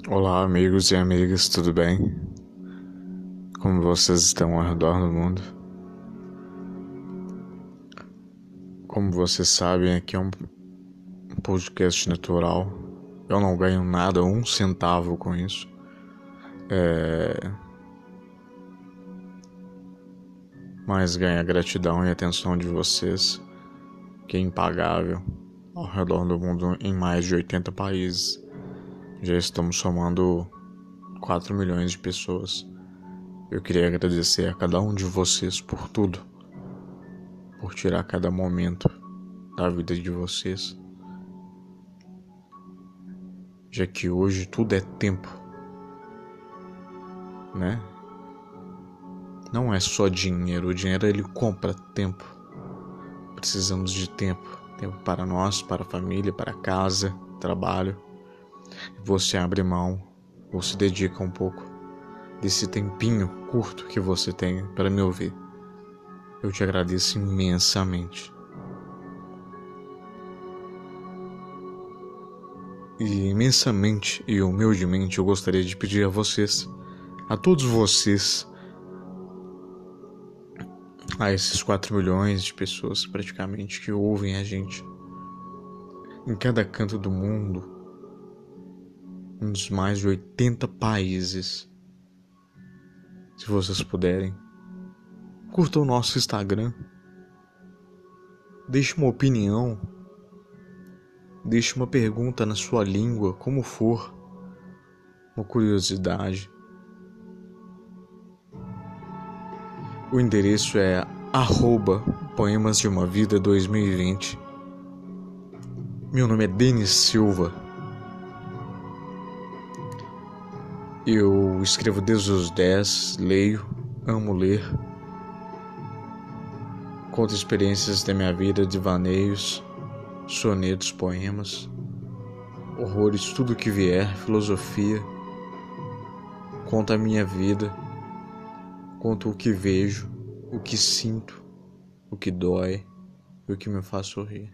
Olá, amigos e amigas, tudo bem? Como vocês estão ao redor do mundo? Como vocês sabem, aqui é um podcast natural. Eu não ganho nada, um centavo com isso. Mas ganho a gratidão e a atenção de vocês, que é impagável, ao redor do mundo em mais de 80 países. Já estamos somando 4 milhões de pessoas. Eu queria agradecer a cada um de vocês por tudo, por tirar cada momento da vida de vocês, já que hoje tudo é tempo, né? Não é só dinheiro, o dinheiro ele compra tempo. Precisamos de tempo para nós, para a família, para casa, trabalho. Você abre mão, ou se dedica um pouco desse tempinho curto que você tem para me ouvir. Eu te agradeço imensamente. E imensamente e humildemente eu gostaria de pedir a vocês, a todos vocês, a esses 4 milhões de pessoas praticamente que ouvem a gente em cada canto do mundo, nos mais de 80 países. Se vocês puderem, curtam o nosso Instagram, deixe uma opinião, deixe uma pergunta na sua língua, como for, uma curiosidade. O endereço é @poemasdeumavida2020. Meu nome é Denis Silva. Eu escrevo desde os 10, leio, amo ler. Conto experiências da minha vida, devaneios, sonetos, poemas, horrores, tudo que vier, filosofia. Conto a minha vida, conto o que vejo, o que sinto, o que dói e o que me faz sorrir.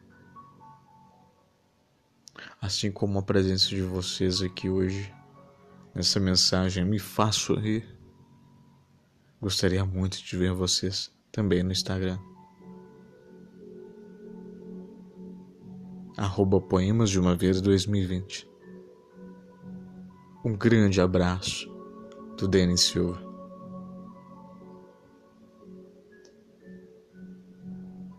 Assim como a presença de vocês aqui hoje, nessa mensagem, me faz sorrir. Gostaria muito de ver vocês também no Instagram. @poemasdeumavida2020. Um grande abraço do Denis Silva.